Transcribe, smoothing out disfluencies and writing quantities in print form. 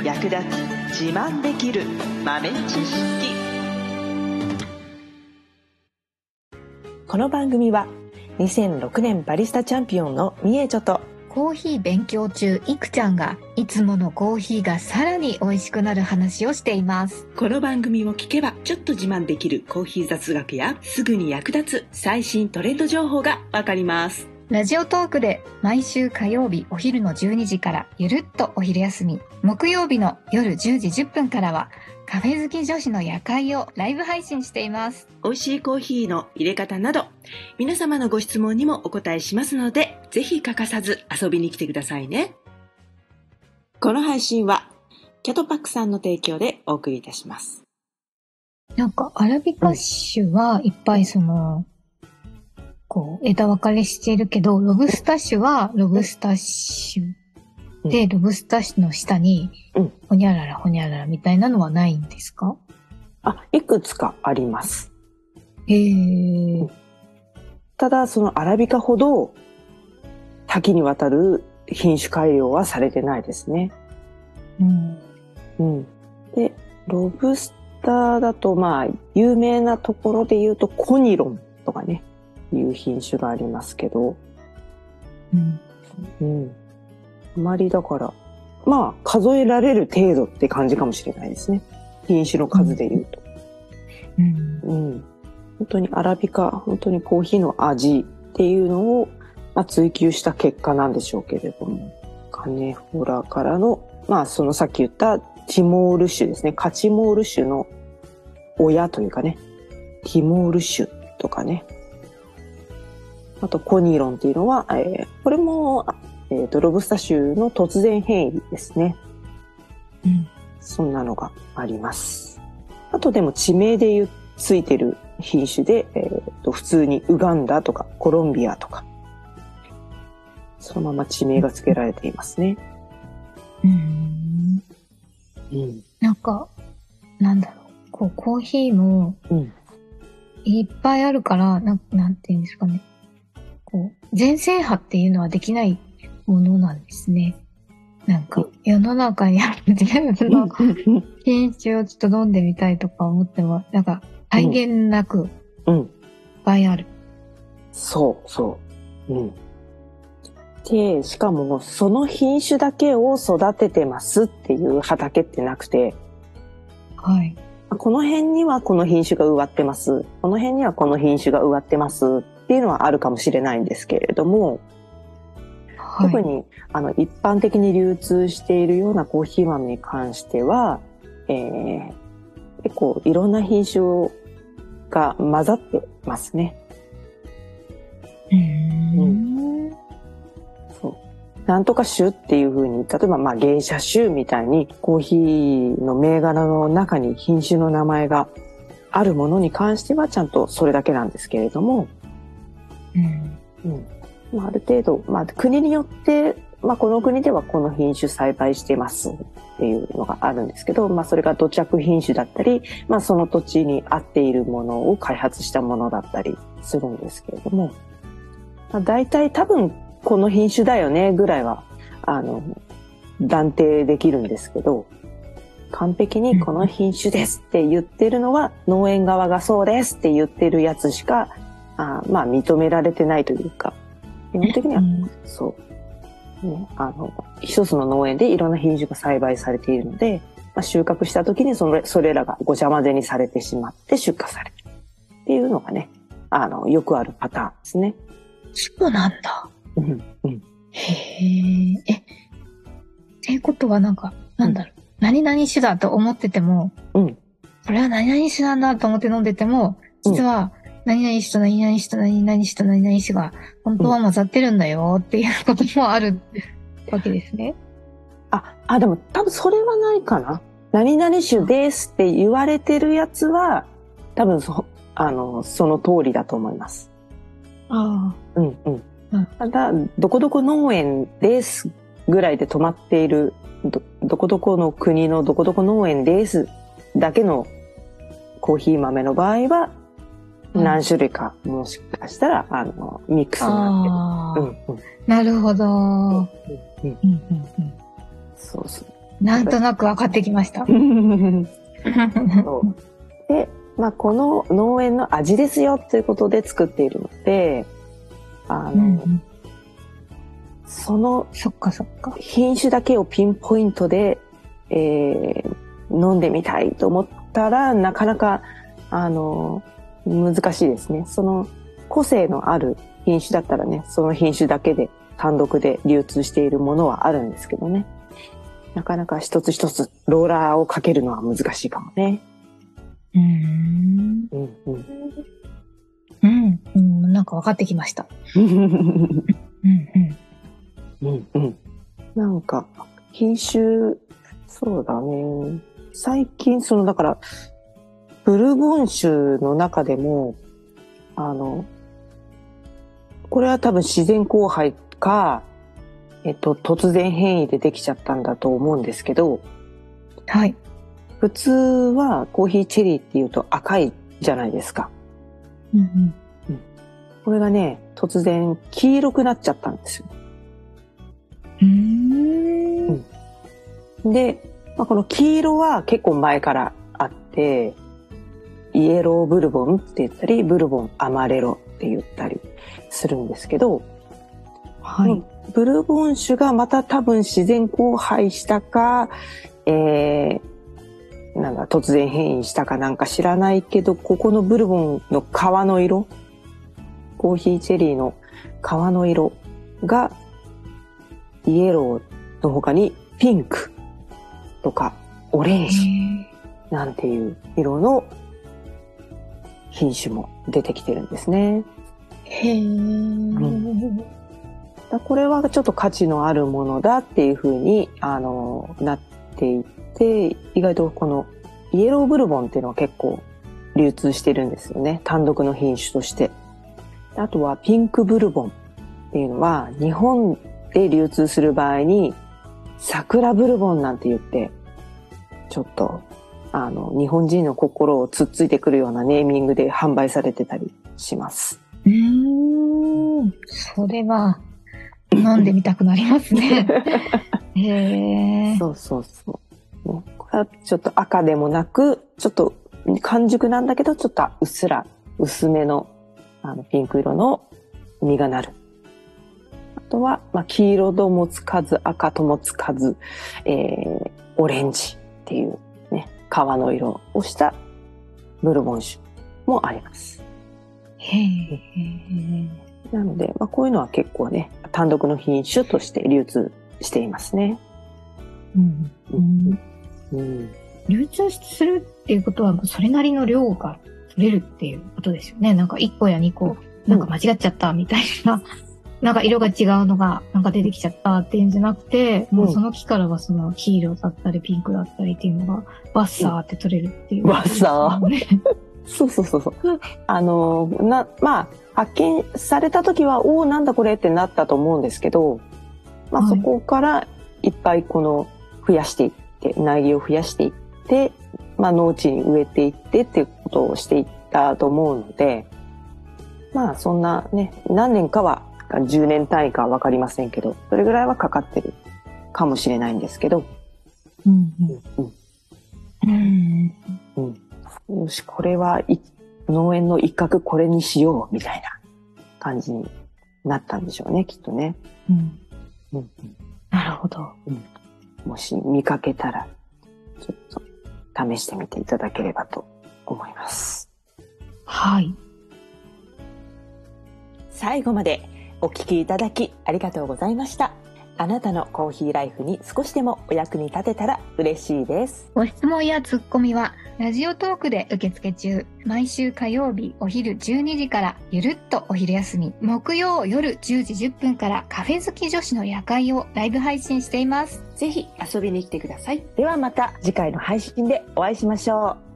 役立つ自慢できる豆知識。この番組は2006年バリスタチャンピオンのみえちょとコーヒー勉強中いくちゃんがいつものコーヒーがさらに美味しくなる話をしています。 この番組を聞けばちょっと自慢できるコーヒー雑学やすぐに役立つ最新トレンド情報がわかります。 ラジオトークで毎週火曜日お昼の12時からゆるっとお昼休み、木曜日の夜10時10分からはカフェ好き女子の夜会をライブ配信しています。 美味しいコーヒーの入れ方など皆様のご質問にもお答えしますので、ぜひ欠かさず遊びに来てくださいね。この配信はキャトパックさんの提供でお送りいたします。 なんかアラビカ種はいっぱい枝分かれしているけど、ロブスター種はロブスター種で、ロブスター種の下にホニャララホニャララみたいなのはないんですか？ いくつかあります。ただそのアラビカほど多岐にわたる品種改良はされてないですね。で、ロブスターだと有名なところで言うとコニロンとかねいう品種がありますけど、あまりだから数えられる程度って感じかもしれないですね。品種の数で言うと。本当にアラビカ、本当にコーヒーの味っていうのを、追求した結果なんでしょうけれども、カネフォラからの、そのさっき言ったティモール種ですね。カチモール種の親というかね、ティモール種とかね。あとコニーロンっていうのは、これも、ロブスター種の突然変異ですね。そんなのがあります。あとでも地名でついてる品種で、普通にウガンダとかコロンビアとか、そのまま地名が付けられていますね。 なんか、コーヒーもいっぱいあるから、なんていうんですかね。全制覇っていうのはできないものなんですね。世の中にある全部の品種をちょっと飲んでみたいとか思っても、際限なくいっぱいある。 そう。で、しかもその品種だけを育ててますっていう畑ってなくて、この辺にはこの品種が植わってます。この辺にはこの品種が植わってますっていうのはあるかもしれないんですけれども、特に一般的に流通しているようなコーヒー豆に関しては、結構いろんな品種が混ざってますね。なんとか種っていう風に、例えば芸者種みたいにコーヒーの銘柄の中に品種の名前があるものに関してはちゃんとそれだけなんですけれども、ある程度、国によって、この国ではこの品種栽培してますっていうのがあるんですけど、それが土着品種だったり、その土地に合っているものを開発したものだったりするんですけれども、大体多分この品種だよねぐらいは断定できるんですけど、完璧にこの品種ですって言ってるのは農園側がそうですって言ってるやつしか認められてないというか、基本的には一つの農園でいろんな品種が栽培されているので、収穫した時にそれらがごちゃ混ぜにされてしまって出荷されるっていうのがね、よくあるパターンですね。 そうなんだ。っていうことは何々種だと思ってても、これは何々種なんだと思って飲んでても、実は何々種と何々種と何々種と何々種が本当は混ざってるんだよっていうこともあるわけですね。 でも多分それはないかな。何々種ですって言われてるやつは多分その通りだと思います。ただどこどこ農園ですぐらいで止まっている、どこどこの国のどこどこ農園ですだけのコーヒー豆の場合は何種類かもしかしたらミックスになってる。 なるほど。 そうそう。 なんとなく分かってきました。 そうで、この農園の味ですよということで作っているので、その品種だけをピンポイントで、飲んでみたいと思ったらなかなか難しいですね。その個性のある品種だったらね、その品種だけで単独で流通しているものはあるんですけどね、なかなか一つ一つローラーをかけるのは難しいかもね。 なんか分かってきました。 なんか品種、そうだね。最近だからブルボン種の中でもこれは多分自然交配か突然変異でできちゃったんだと思うんですけど、 はい。 普通はコーヒーチェリーっていうと赤いじゃないですか。これがね、突然黄色くなっちゃったんですよ。で、この黄色は結構前からあって、イエローブルボンって言ったり、ブルボンアマレロって言ったりするんですけど、 はい。 ブルボン種がまた多分自然交配したか、突然変異したかなんか知らないけど、ここのブルボンの皮の色、コーヒーチェリーの皮の色がイエローの他にピンクとかオレンジなんていう色の品種も出てきてるんですね。これはちょっと価値のあるものだっていう風になっていて、意外とこのイエローブルボンっていうのは結構流通してるんですよね、単独の品種として。あとはピンクブルボンっていうのは日本で流通する場合に桜ブルボンなんて言って、ちょっと日本人の心をつっついてくるようなネーミングで販売されてたりします。 それは飲んでみたくなりますね。 そうそうそう、ね。これはちょっと赤でもなく、ちょっと完熟なんだけど、ちょっとうっすら薄めのピンク色の実がなる。あとは、黄色ともつかず赤ともつかず、オレンジっていうね、皮の色をしたブルボン種もあります。なので、こういうのは結構ね、単独の品種として流通していますね。 流通するっていうことは、それなりの量が取れるっていうことですよね。なんか1個や2個、なんか間違っちゃったみたいな、なんか色が違うのがなんか出てきちゃったっていうんじゃなくて、もうその木からはその黄色だったりピンクだったりっていうのがバッサーって取れるっていう、 バッサーそうそうそうそう。発見された時は、なんだこれってなったと思うんですけど、そこからいっぱい増やしていって、苗木を増やしていって、農地に植えていってっていうことをしていったと思うので、そんなね、何年かは、10年単位かは分かりませんけど、それぐらいはかかってるかもしれないんですけど、よし、これは農園の一角これにしようみたいな感じになったんでしょうね、きっとね。 なるほど。 もし見かけたら、ちょっと試してみていただければと思います。 はい。 最後までお聞きいただきありがとうございました。あなたのコーヒーライフに少しでもお役に立てたら嬉しいです。 ご質問やツッコミはラジオトークで受付中。毎週火曜日お昼12時からゆるっとお昼休み、木曜夜10時10分からカフェ好き女子の夜会をライブ配信しています。 ぜひ遊びに来てください。ではまた次回の配信でお会いしましょう。